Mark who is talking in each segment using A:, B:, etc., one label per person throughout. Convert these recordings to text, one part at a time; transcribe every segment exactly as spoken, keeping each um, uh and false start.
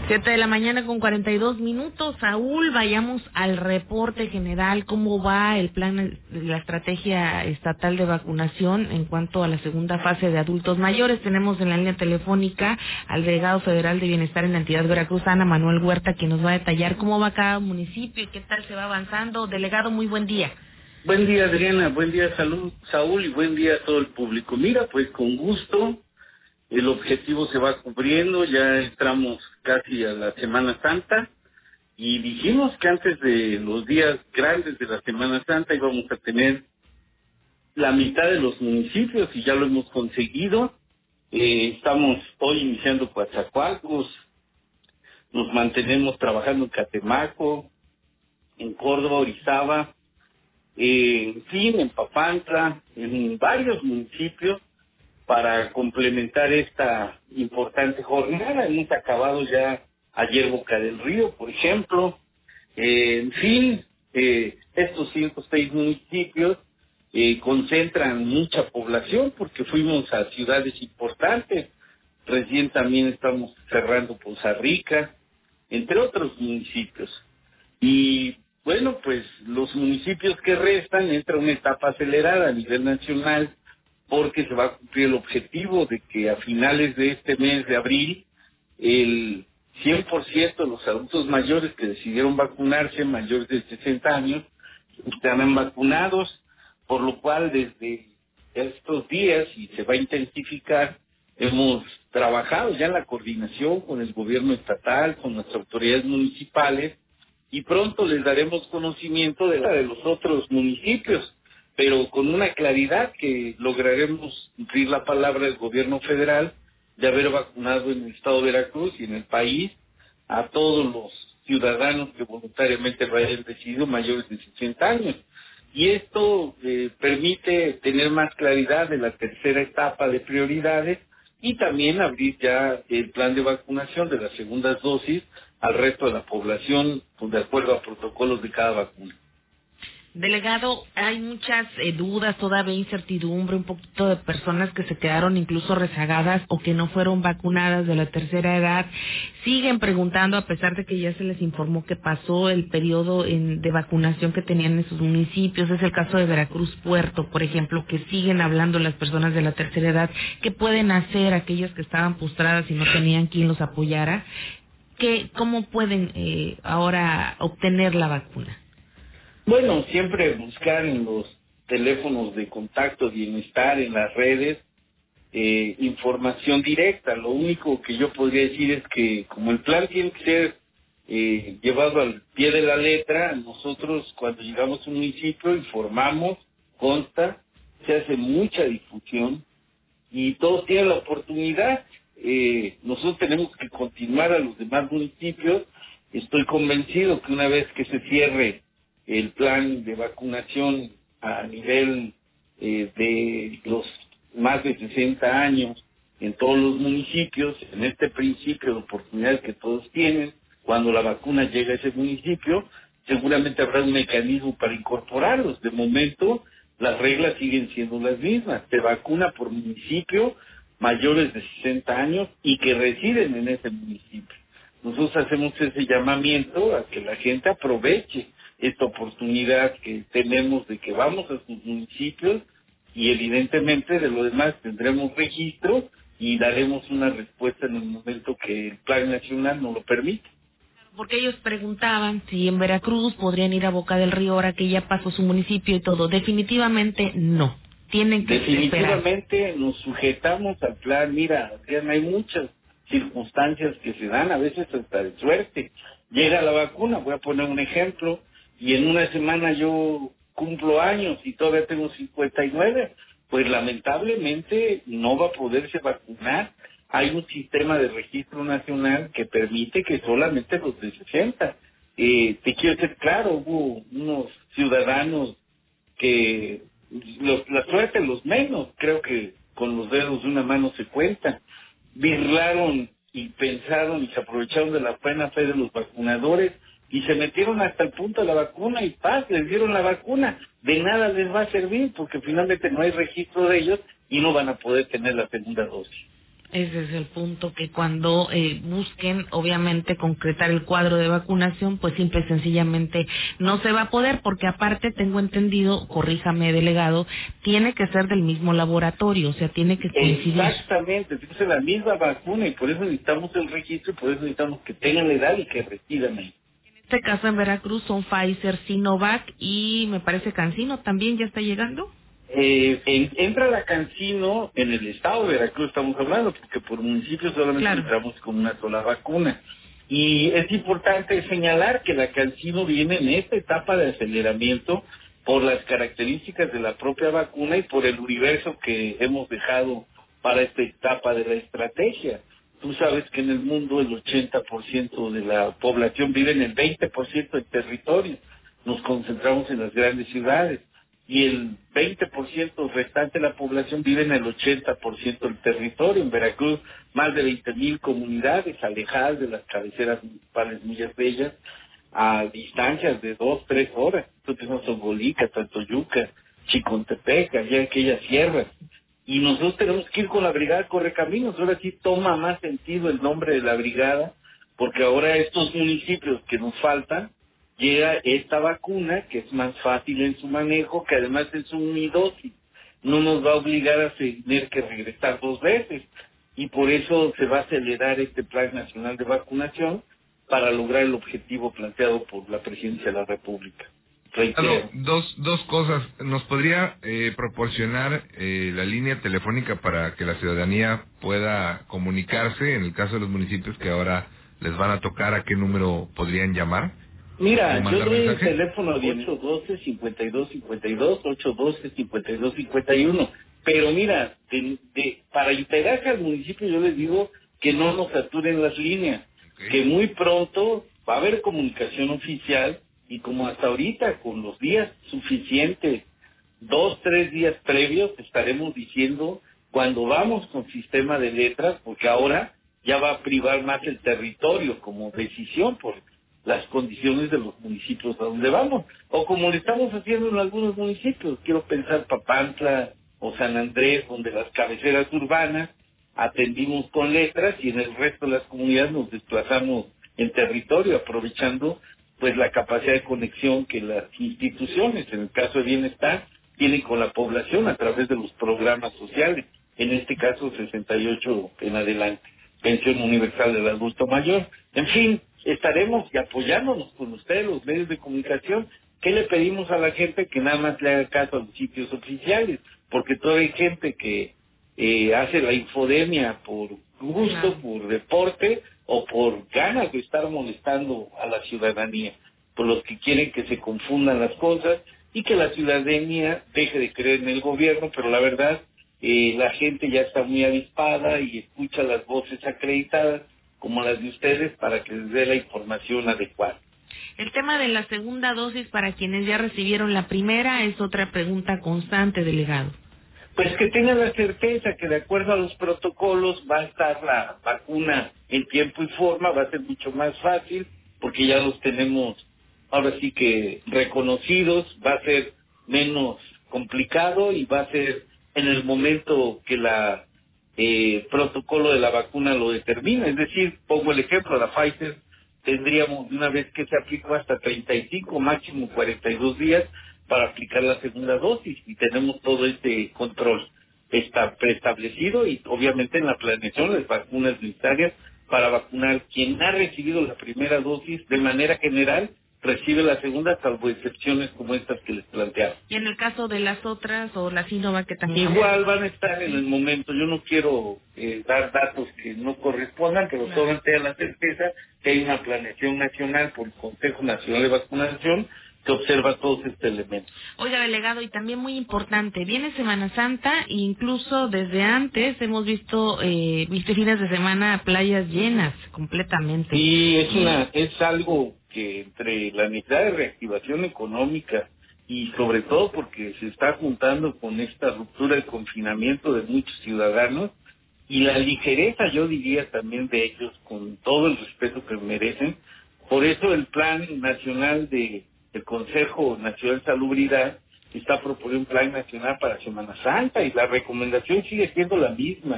A: Siete de la mañana con cuarenta y dos minutos. Saúl, vayamos al reporte general. ¿Cómo va el plan, la estrategia estatal de vacunación en cuanto a la segunda fase de adultos mayores? Tenemos en la línea telefónica al delegado federal de Bienestar en la entidad veracruzana, Manuel Huerta, quien nos va a detallar cómo va cada municipio y qué tal se va avanzando. Delegado, muy buen día.
B: Buen día, Adriana, buen día, salud, Saúl, y buen día a todo el público. Mira, pues con gusto, el objetivo se va cubriendo, ya entramos casi a la Semana Santa, y dijimos que antes de los días grandes de la Semana Santa íbamos a tener la mitad de los municipios, y ya lo hemos conseguido. Eh, estamos hoy iniciando Coatzacoalcos, nos mantenemos trabajando en Catemaco, en Córdoba, Orizaba, Eh, en fin, en Papantla, en varios municipios, para complementar esta importante jornada. Hemos acabado ya ayer Boca del Río, por ejemplo. Eh, en fin, eh, estos ciento seis municipios eh, concentran mucha población porque fuimos a ciudades importantes. Recién también estamos cerrando Poza Rica, entre otros municipios. Y bueno, pues los municipios que restan entra una etapa acelerada a nivel nacional porque se va a cumplir el objetivo de que a finales de este mes de abril el cien por ciento de los adultos mayores que decidieron vacunarse, mayores de sesenta años, estarán vacunados, por lo cual desde estos días, y se va a intensificar, hemos trabajado ya en la coordinación con el gobierno estatal, con las autoridades municipales, y pronto les daremos conocimiento de la de los otros municipios, pero con una claridad que lograremos cumplir la palabra del gobierno federal de haber vacunado en el estado de Veracruz y en el país a todos los ciudadanos que voluntariamente lo hayan decidido mayores de sesenta años. Y esto eh, permite tener más claridad de la tercera etapa de prioridades y también abrir ya el plan de vacunación de las segundas dosis al resto de la población, pues, de acuerdo a protocolos de cada vacuna.
A: Delegado, hay muchas eh, dudas, todavía incertidumbre, un poquito de personas que se quedaron incluso rezagadas o que no fueron vacunadas de la tercera edad. Siguen preguntando, a pesar de que ya se les informó que pasó el periodo en, de vacunación que tenían en sus municipios. Es el caso de Veracruz Puerto, por ejemplo, que siguen hablando las personas de la tercera edad. ¿Qué pueden hacer aquellas que estaban postradas y no tenían quien los apoyara? ¿Qué, ¿Cómo pueden eh, ahora obtener la vacuna?
B: Bueno, siempre buscar en los teléfonos de contacto bienestar, en las redes, eh, información directa. Lo único que yo podría decir es que como el plan tiene que ser eh, llevado al pie de la letra, nosotros cuando llegamos a un municipio informamos, consta, se hace mucha difusión y todos tienen la oportunidad. Eh, nosotros tenemos que continuar a los demás municipios. Estoy convencido que una vez que se cierre el plan de vacunación a nivel eh, de los más de sesenta años en todos los municipios, en este principio de oportunidad que todos tienen, cuando la vacuna llega a ese municipio, seguramente habrá un mecanismo para incorporarlos. De momento, las reglas siguen siendo las mismas. Se vacuna por municipio mayores de sesenta años y que residen en ese municipio. Nosotros hacemos ese llamamiento a que la gente aproveche esta oportunidad que tenemos de que vamos a sus municipios y evidentemente de lo demás tendremos registro y daremos una respuesta en el momento que el plan nacional nos lo permite.
A: Porque ellos preguntaban si en Veracruz podrían ir a Boca del Río ahora que ya pasó su municipio y todo. Definitivamente no. Tienen que esperar.
B: Definitivamente nos sujetamos al plan. Mira, Adriana, hay muchas circunstancias que se dan, a veces hasta de suerte. Llega la vacuna, voy a poner un ejemplo, y en una semana yo cumplo años y todavía tengo cincuenta y nueve, pues lamentablemente no va a poderse vacunar. Hay un sistema de registro nacional que permite que solamente los de sesenta. Eh, te quiero ser claro, hubo unos ciudadanos que los, la suerte los menos, creo que con los dedos de una mano se cuentan, birlaron y pensaron y se aprovecharon de la buena fe de los vacunadores y se metieron hasta el punto de la vacuna y paz, les dieron la vacuna. De nada les va a servir porque finalmente no hay registro de ellos y no van a poder tener la segunda dosis.
A: Ese es el punto, que cuando eh, busquen, obviamente, concretar el cuadro de vacunación, pues simple y sencillamente no se va a poder, porque aparte tengo entendido, corríjame, delegado, tiene que ser del mismo laboratorio, o sea, tiene que coincidir.
B: Exactamente, tiene que ser la misma vacuna y por eso necesitamos el registro y por eso necesitamos que tengan la edad y que residan ahí.
A: En este caso en Veracruz son Pfizer, Sinovac y me parece CanSino también ya está llegando.
B: Eh, en- entra la CanSino en el estado de Veracruz, estamos hablando, porque por municipio solamente
A: Claro.
B: entramos con una sola vacuna. Y es importante señalar que la CanSino viene en esta etapa de aceleramiento por las características de la propia vacuna y por el universo que hemos dejado para esta etapa de la estrategia. Tú sabes que en el mundo el ochenta por ciento de la población vive en el veinte por ciento del territorio. Nos concentramos en las grandes ciudades y el veinte por ciento restante de la población vive en el ochenta por ciento del territorio. En Veracruz, más de veinte mil comunidades alejadas de las cabeceras municipales muy bellas, a distancias de dos, tres horas. Entonces, no Songolica, Tantoyuca, Chicontepec, allá aquellas sierras. Y nosotros tenemos que ir con la brigada Correcaminos. Ahora sí toma más sentido el nombre de la brigada, porque ahora a estos municipios que nos faltan, llega esta vacuna, que es más fácil en su manejo, que además es unidosis. No nos va a obligar a tener que regresar dos veces. Y por eso se va a acelerar este Plan Nacional de Vacunación para lograr el objetivo planteado por la Presidencia de la República. Reitero.
C: Claro, dos, dos cosas. ¿Nos podría eh, proporcionar eh, la línea telefónica para que la ciudadanía pueda comunicarse en el caso de los municipios que ahora les van a tocar? ¿A qué número podrían llamar?
B: Mira, yo doy el
C: mensaje?
B: teléfono de ocho uno dos, cinco dos cinco dos, ocho uno dos, cinco dos cinco uno. Pero mira, de, de, para integrarse al municipio yo les digo que no nos saturen las líneas,
C: Okay.
B: que muy pronto va a haber comunicación oficial y como hasta ahorita con los días suficientes, dos, tres días previos estaremos diciendo cuando vamos con sistema de letras, porque ahora ya va a privar más el territorio como decisión por las condiciones de los municipios a donde vamos, o como le estamos haciendo en algunos municipios, quiero pensar Papantla o San Andrés, donde las cabeceras urbanas atendimos con letras y en el resto de las comunidades nos desplazamos en territorio, aprovechando pues la capacidad de conexión que las instituciones, en el caso de bienestar, tienen con la población a través de los programas sociales, en este caso sesenta y ocho en adelante, pensión universal del adulto mayor. En fin, estaremos y apoyándonos con ustedes, los medios de comunicación. ¿Qué le pedimos a la gente? Que nada más le haga caso a los sitios oficiales, porque todavía hay gente que eh, hace la infodemia por gusto,
A: Claro.
B: por deporte o por ganas de estar molestando a la ciudadanía, por los que quieren que se confundan las cosas y que la ciudadanía deje de creer en el gobierno, pero la verdad, eh, la gente ya está muy avispada y escucha las voces acreditadas como las de ustedes para que les dé la información adecuada.
A: El tema de la segunda dosis para quienes ya recibieron la primera es otra pregunta constante, delegado.
B: Pues que tengan la certeza que de acuerdo a los protocolos va a estar la vacuna en tiempo y forma, va a ser mucho más fácil porque ya los tenemos ahora sí que reconocidos, va a ser menos complicado y va a ser en el momento que la eh, protocolo de la vacuna lo determina. Es decir, pongo el ejemplo, la Pfizer tendríamos de una vez que se aplicó hasta treinta y cinco, máximo cuarenta y dos días para aplicar la segunda dosis y tenemos todo este control está preestablecido y obviamente en la planeación las vacunas necesarias para vacunar quien ha recibido la primera dosis de manera general recibe la segunda, salvo excepciones como estas que les planteaba.
A: Y en el caso de las otras o la Sinovac que también...
B: Igual van a estar en el momento, yo no quiero eh, dar datos que no correspondan, pero
A: Claro.
B: solamente da la certeza que hay una planeación nacional por el Consejo Nacional de Vacunación que observa todos estos elementos.
A: Oiga, delegado, y también muy importante, viene Semana Santa e incluso desde antes hemos visto, eh, visto fines de semana playas llenas completamente.
B: Y es una es algo que entre la necesidad de reactivación económica y sobre todo porque se está juntando con esta ruptura del confinamiento de muchos ciudadanos y la ligereza, yo diría también de ellos, con todo el respeto que merecen. Por eso el Plan Nacional de el Consejo Nacional de Salubridad está proponiendo un plan nacional para Semana Santa y la recomendación sigue siendo la misma.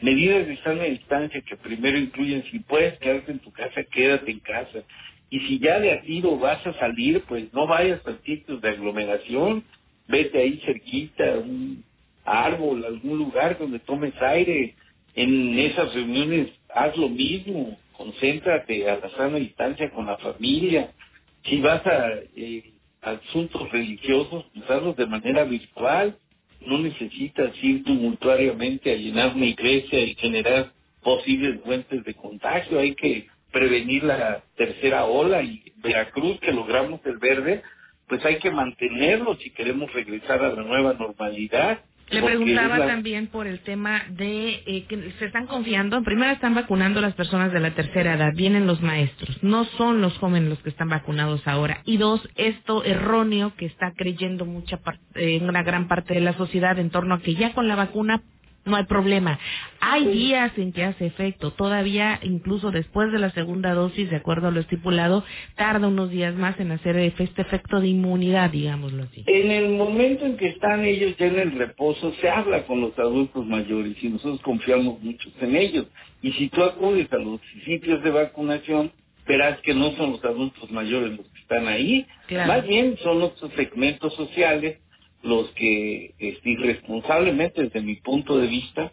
B: medidas de sana distancia que primero incluyen, si puedes quedarte en tu casa, quédate en casa. Y si ya de a tiro vas a salir, pues no vayas a sitios de aglomeración, vete ahí cerquita, a un árbol, a algún lugar donde tomes aire. En esas reuniones haz lo mismo, concéntrate a la sana distancia con la familia. Si vas a eh, asuntos religiosos, pues hazlos de manera virtual. No necesitas ir tumultuariamente a llenar una iglesia y generar posibles fuentes de contagio. Hay que prevenir la tercera ola, y Veracruz, que logramos el verde, pues hay que mantenerlo si queremos regresar a la nueva normalidad.
A: Le preguntaba la... también por el tema de eh, que se están confiando. En primera, están vacunando las personas de la tercera edad, vienen los maestros, no son los jóvenes los que están vacunados ahora. Y dos, esto erróneo que está creyendo mucha parte, eh, una gran parte de la sociedad en torno a que ya con la vacuna no hay problema. Hay días en que hace efecto, todavía incluso después de la segunda dosis, de acuerdo a lo estipulado, tarda unos días más en hacer este efecto de inmunidad, digámoslo así.
B: En el momento en que están ellos ya en el reposo, se habla con los adultos mayores y nosotros confiamos mucho en ellos. Y si tú acudes a los sitios de vacunación, verás que no son los adultos mayores los que están ahí, claro. Más bien son otros segmentos sociales los que este, irresponsablemente, desde mi punto de vista,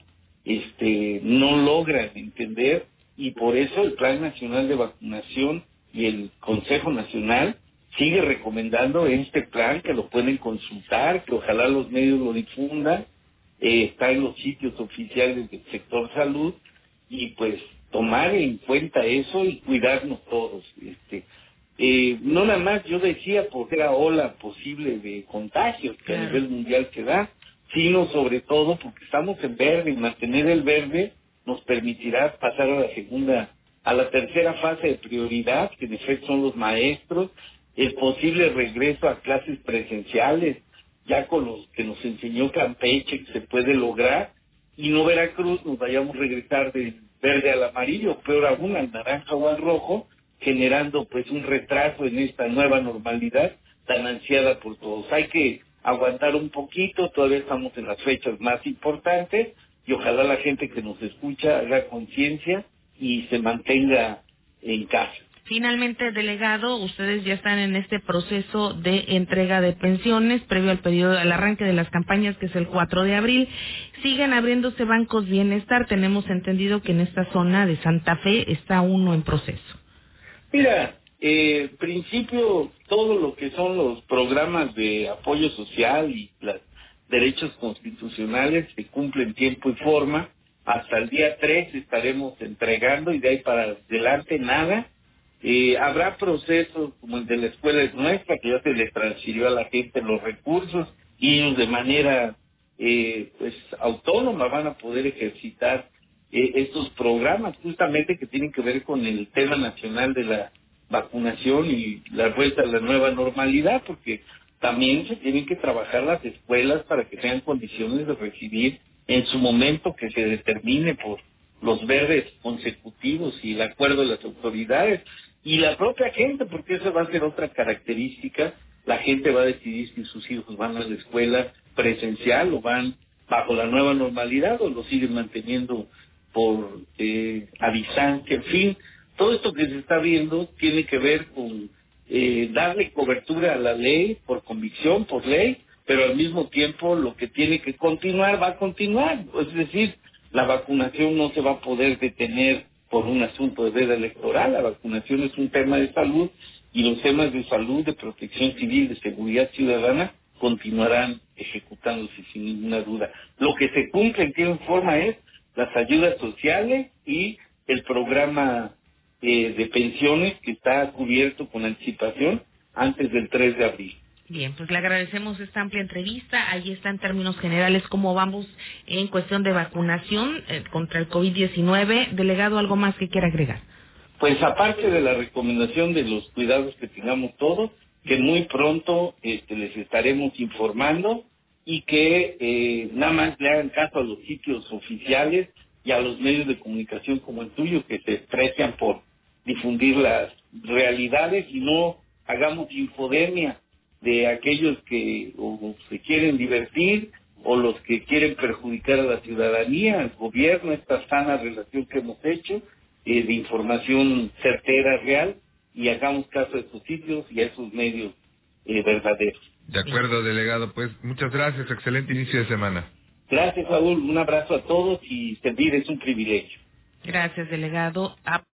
B: este, no logran entender, y por eso el Plan Nacional de Vacunación y el Consejo Nacional sigue recomendando este plan, que lo pueden consultar, que ojalá los medios lo difundan, eh, está en los sitios oficiales del sector salud, y pues tomar en cuenta eso y cuidarnos todos. Este, Eh, no nada más, yo decía, por la ola posible de contagios que claro. a nivel mundial se da, sino sobre todo porque estamos en verde, y mantener el verde nos permitirá pasar a la segunda, a la tercera fase de prioridad, que en efecto son los maestros, el posible regreso a clases presenciales, ya con los que nos enseñó Campeche que se puede lograr, y no Veracruz nos vayamos a regresar del verde al amarillo, peor aún al naranja o al rojo, generando pues un retraso en esta nueva normalidad tan ansiada por todos. Hay que aguantar un poquito, todavía estamos en las fechas más importantes, y ojalá la gente que nos escucha haga conciencia y se mantenga en casa.
A: Finalmente, delegado, ustedes ya están en este proceso de entrega de pensiones previo al periodo, al arranque de las campañas, que es el cuatro de abril. Siguen abriéndose bancos bienestar. Tenemos entendido que en esta zona de Santa Fe está uno en proceso.
B: Mira, en eh, principio, todo lo que son los programas de apoyo social y los derechos constitucionales se cumplen en tiempo y forma. Hasta el día tres estaremos entregando, y de ahí para adelante nada. Eh, habrá procesos como el de la escuela nuestra, que ya se les transfirió a la gente los recursos, y ellos de manera eh, pues autónoma van a poder ejercitar eh, estos programas, justamente que tienen que ver con el tema nacional de la vacunación y la vuelta a la nueva normalidad, porque también se tienen que trabajar las escuelas para que tengan condiciones de recibir en su momento que se determine por los verdes consecutivos y el acuerdo de las autoridades y la propia gente, porque esa va a ser otra característica. La gente va a decidir si sus hijos van a la escuela presencial o van bajo la nueva normalidad o lo siguen manteniendo por eh, a distancia. En fin, todo esto que se está viendo tiene que ver con eh, darle cobertura a la ley por convicción, por ley, pero al mismo tiempo lo que tiene que continuar va a continuar. Es decir, la vacunación no se va a poder detener por un asunto de veda electoral. La vacunación es un tema de salud, y los temas de salud, de protección civil, de seguridad ciudadana continuarán ejecutándose sin ninguna duda. Lo que se cumple en tiempo y forma es las ayudas sociales y el programa eh, de pensiones, que está cubierto con anticipación antes del tres de abril.
A: Bien, pues le agradecemos esta amplia entrevista. Ahí está en términos generales cómo vamos en cuestión de vacunación eh, contra el COVID diecinueve. Delegado, ¿algo más que quiera agregar?
B: Pues aparte de la recomendación de los cuidados que tengamos todos, que muy pronto este, les estaremos informando, y que eh, nada más le hagan caso a los sitios oficiales y a los medios de comunicación como el tuyo, que se precian por difundir las realidades, y no hagamos infodemia de aquellos que o se quieren divertir o los que quieren perjudicar a la ciudadanía, al gobierno, esta sana relación que hemos hecho, eh, de información certera, real, y hagamos caso a estos sitios y a esos medios eh, verdaderos.
C: De acuerdo, delegado, pues muchas gracias, excelente inicio de semana.
B: Gracias, Saúl, un abrazo a todos y servir es un privilegio.
A: Gracias, delegado.